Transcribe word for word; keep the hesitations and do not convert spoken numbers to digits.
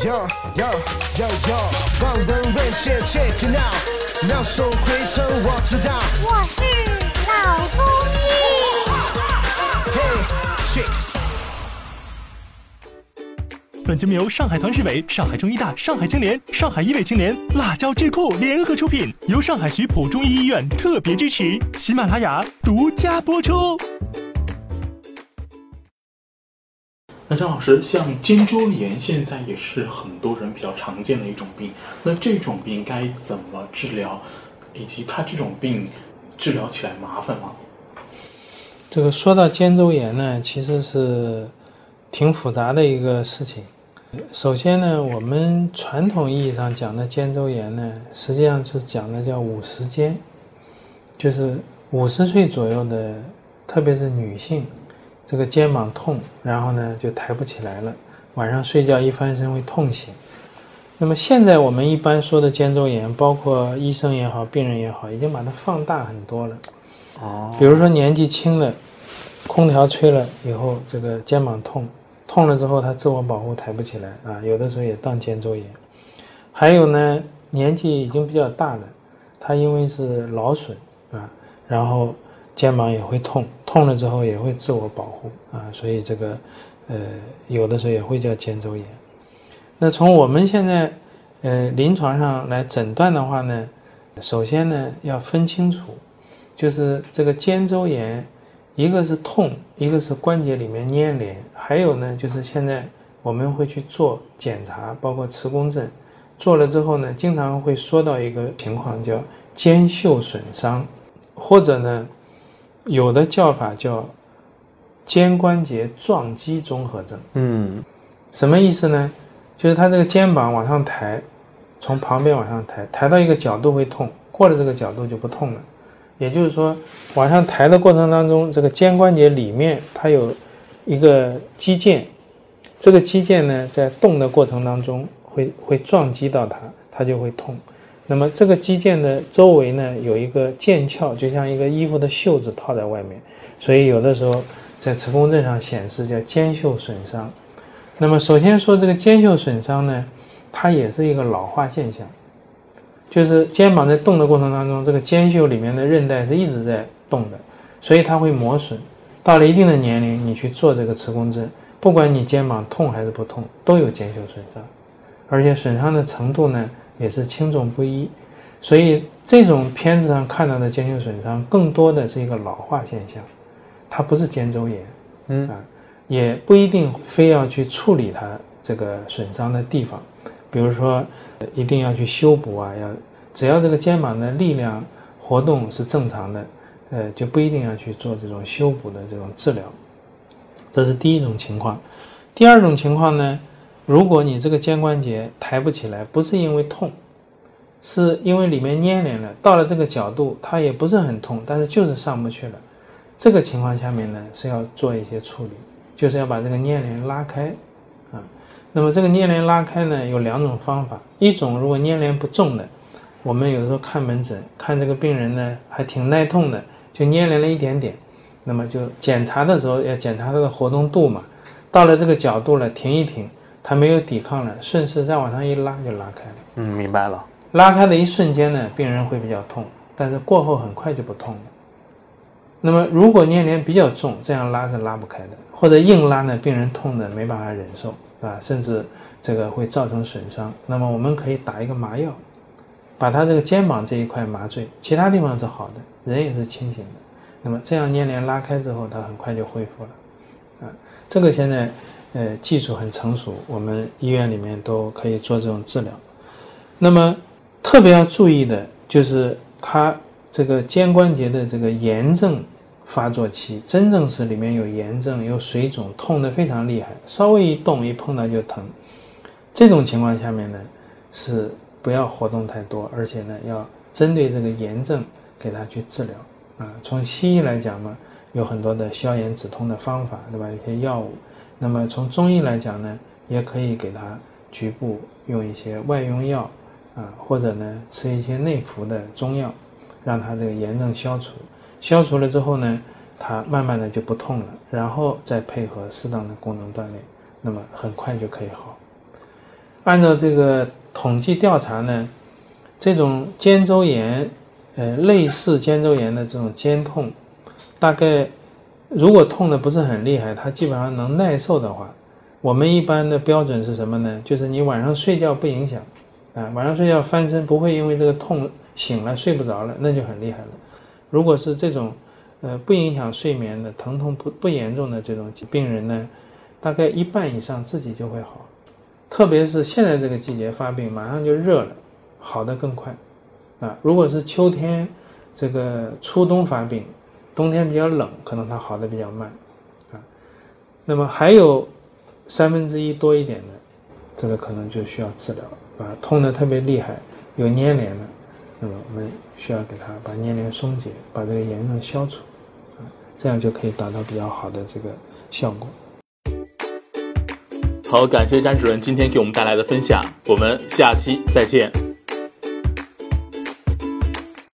Yo yo yo yo， 望闻问切 check it out， 秒速回程我知道。 我是老中医。 Hey check。 本节目由上海团市委、上海中医大、上海青联、上海医卫青联、辣椒智库联合出品，由上海徐浦中医医院特别支持，喜马拉雅独家播出。那张老师，像肩周炎现在也是很多人比较常见的一种病，那这种病该怎么治疗，以及它这种病治疗起来麻烦吗？ 这个说到肩周炎呢，其实是挺复杂的一个事情。首先呢，我们传统意义上讲的肩周炎呢，实际上是讲的叫五十肩，就是五十岁左右的，特别是女性，这个肩膀痛，然后呢就抬不起来了，晚上睡觉一翻身会痛醒。那么现在我们一般说的肩周炎，包括医生也好，病人也好，已经把它放大很多了。哦，比如说年纪轻的，空调吹了以后，这个肩膀痛，痛了之后他自我保护抬不起来啊，有的时候也当肩周炎。还有呢，年纪已经比较大了，他因为是劳损啊，然后肩膀也会痛，痛了之后也会自我保护啊，所以这个呃有的时候也会叫肩周炎。那从我们现在呃临床上来诊断的话呢，首先呢要分清楚，就是这个肩周炎，一个是痛，一个是关节里面粘连，还有呢就是现在我们会去做检查，包括磁共振，做了之后呢，经常会说到一个情况叫肩袖损伤，或者呢有的叫法叫肩关节撞击综合症。嗯，什么意思呢？就是他这个肩膀往上抬，从旁边往上抬，抬到一个角度会痛，过了这个角度就不痛了。也就是说，往上抬的过程当中，这个肩关节里面它有一个肌腱，这个肌腱呢在动的过程当中会会撞击到它，它就会痛。那么这个肌腱的周围呢有一个腱鞘，就像一个衣服的袖子套在外面，所以有的时候在磁共振上显示叫肩袖损伤。那么首先说这个肩袖损伤呢，它也是一个老化现象，就是肩膀在动的过程当中，这个肩袖里面的韧带是一直在动的，所以它会磨损。到了一定的年龄，你去做这个磁共振，不管你肩膀痛还是不痛，都有肩袖损伤，而且损伤的程度呢也是轻重不一。所以这种片子上看到的肩袖损伤，更多的是一个老化现象，它不是肩周炎。嗯啊，也不一定非要去处理它这个损伤的地方，比如说一定要去修补啊，要只要这个肩膀的力量活动是正常的，呃，就不一定要去做这种修补的这种治疗。这是第一种情况。第二种情况呢，如果你这个肩关节抬不起来，不是因为痛，是因为里面粘连了，到了这个角度它也不是很痛，但是就是上不去了，这个情况下面呢是要做一些处理，就是要把这个粘连拉开啊。那么这个粘连拉开呢有两种方法，一种如果粘连不重的，我们有的时候看门诊看这个病人呢还挺耐痛的，就粘连了一点点，那么就检查的时候要检查它的活动度嘛，到了这个角度了停一停，它没有抵抗了，顺势再往上一拉就拉开了。 嗯，明白了。 拉开的一瞬间呢，病人会比较痛，但是过后很快就不痛了。那么如果粘连比较重，这样拉是拉不开的，或者硬拉呢，病人痛的没办法忍受啊，甚至这个会造成损伤。那么我们可以打一个麻药，把他这个肩膀这一块麻醉，其他地方是好的，人也是清醒的。那么这样粘连拉开之后，它很快就恢复了。啊，这个现在呃技术很成熟，我们医院里面都可以做这种治疗。那么特别要注意的就是它这个肩关节的这个炎症发作期，真正是里面有炎症有水肿，痛得非常厉害，稍微一动一碰到就疼，这种情况下面呢是不要活动太多，而且呢要针对这个炎症给它去治疗啊。从西医来讲嘛，有很多的消炎止痛的方法，对吧？一些药物。那么从中医来讲呢，也可以给它局部用一些外用药啊，或者呢吃一些内服的中药，让它这个炎症消除。消除了之后呢，它慢慢的就不痛了，然后再配合适当的功能锻炼，那么很快就可以好。 按照这个统计调查呢，这种肩周炎，呃，类似肩周炎的这种肩痛，大概如果痛的不是很厉害，它基本上能耐受的话，我们一般的标准是什么呢？就是你晚上睡觉不影响，啊，晚上睡觉翻身不会因为这个痛醒了睡不着了，那就很厉害了。如果是这种，呃，不影响睡眠的疼痛不不严重的这种病人呢，大概一半以上自己就会好。特别是现在这个季节发病，马上就热了，好得更快，啊，如果是秋天，这个初冬发病，冬天比较冷，可能它好得比较慢，啊，那么还有三分之一多一点的，这个可能就需要治疗，啊，痛得特别厉害，有粘连了，那么我们需要给它把粘连松解，把这个炎症消除，啊，这样就可以达到比较好的这个效果。 好，感谢詹主任今天给我们带来的分享，我们下期再见。